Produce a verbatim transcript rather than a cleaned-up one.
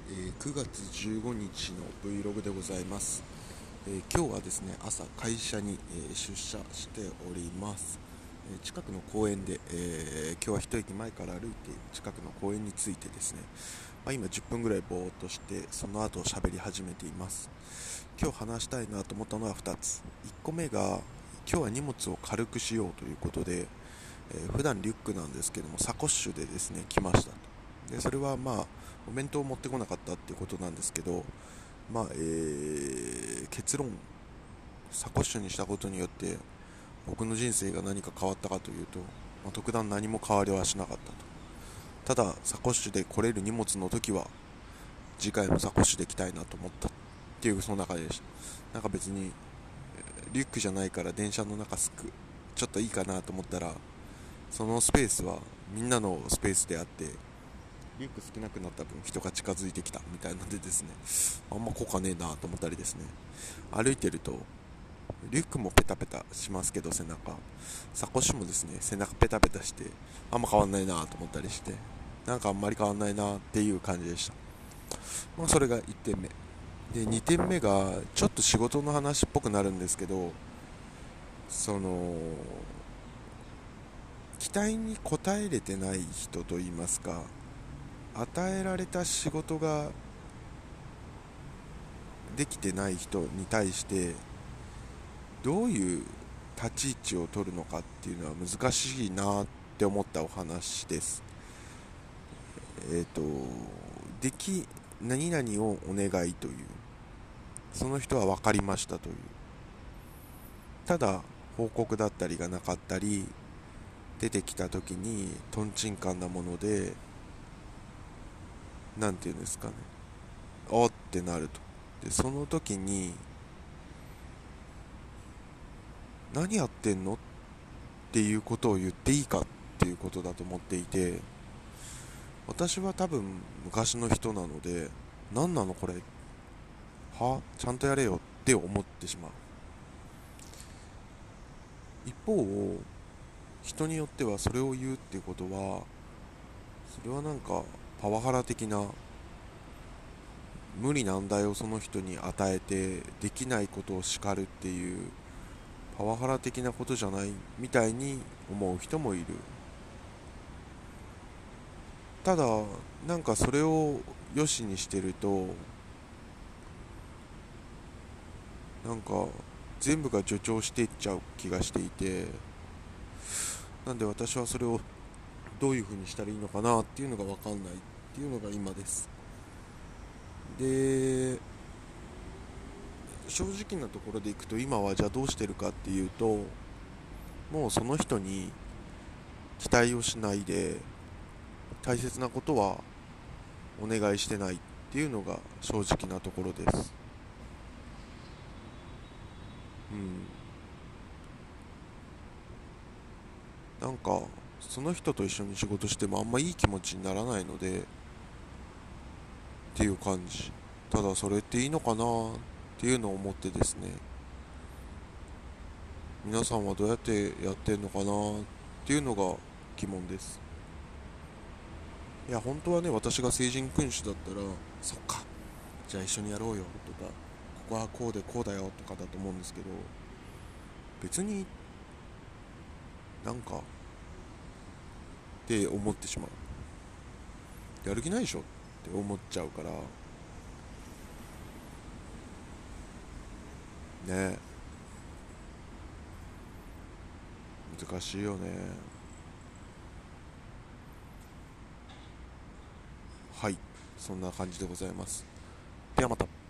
えーくがつじゅうごにちの Vlog でございます。えー今日はですね、朝会社に、えー出社しております。えー近くの公園で、えー今日は一駅前から歩いて近くの公園に着いてですね、まあ、今じゅっぷんぐらいぼーっとしてその後喋り始めています。今日話したいなと思ったのはふたつ。いっこめが今日は荷物を軽くしようということで、えー普段リュックなんですけどもサコッシュでですね来ました。でそれはまあお弁当を持ってこなかったっていうことなんですけど、まあえー結論、サコッシュにしたことによって僕の人生が何か変わったかというと、まあ、特段何も変わりはしなかったと。ただサコッシュで来れる荷物の時は次回もサコッシュで来たいなと思ったっていうその中でした。なんか別にリュックじゃないから電車の中すくちょっといいかなと思ったら、そのスペースはみんなのスペースであって、リュック少なくなった分人が近づいてきたみたいなのでですね、あんま効果ねえなと思ったりですね、歩いてるとリュックもペタペタしますけど背中、サコッシュもですね背中ペタペタしてあんま変わんないなと思ったりして、なんかあんまり変わんないなっていう感じでした。まあそれがいってんめで、にてんめがちょっと仕事の話っぽくなるんですけど、その期待に応えれてない人といいますか、与えられた仕事ができてない人に対してどういう立ち位置を取るのかっていうのは難しいなって思ったお話です。えっ、とでき何々をお願いという、その人は分かりましたという、ただ報告だったりがなかったり、出てきた時にとんちんかんなもので、なんていうんですかね、おーってなると。でその時に何やってんのっていうことを言っていいかっていうことだと思っていて、私は多分昔の人なので、何なのこれ、はちゃんとやれよって思ってしまう。一方、人によってはそれを言うっていうことは、それはなんかパワハラ的な、無理難題をその人に与えてできないことを叱るっていうパワハラ的なことじゃないみたいに思う人もいる。ただなんかそれを良しにしてると、なんか全部が助長していっちゃう気がしていて、なんで私はそれをどういう風にしたらいいのかなっていうのが分かんないっていうのが今です。で、正直なところでいくと、今はじゃあどうしてるかっていうと、もうその人に期待をしないで大切なことはお願いしてないっていうのが正直なところです。うんなんかその人と一緒に仕事してもあんまいい気持ちにならないのでっていう感じ。ただそれっていいのかなっていうのを思ってですね、皆さんはどうやってやってんのかなっていうのが疑問です。いや本当はね、私が聖人君主だったら、そっかじゃあ一緒にやろうよとか、ここはこうでこうだよとかだと思うんですけど、別になんかって思ってしまう。やる気ないでしょって思っちゃうからね。難しいよね。はい、そんな感じでございます。ではまた。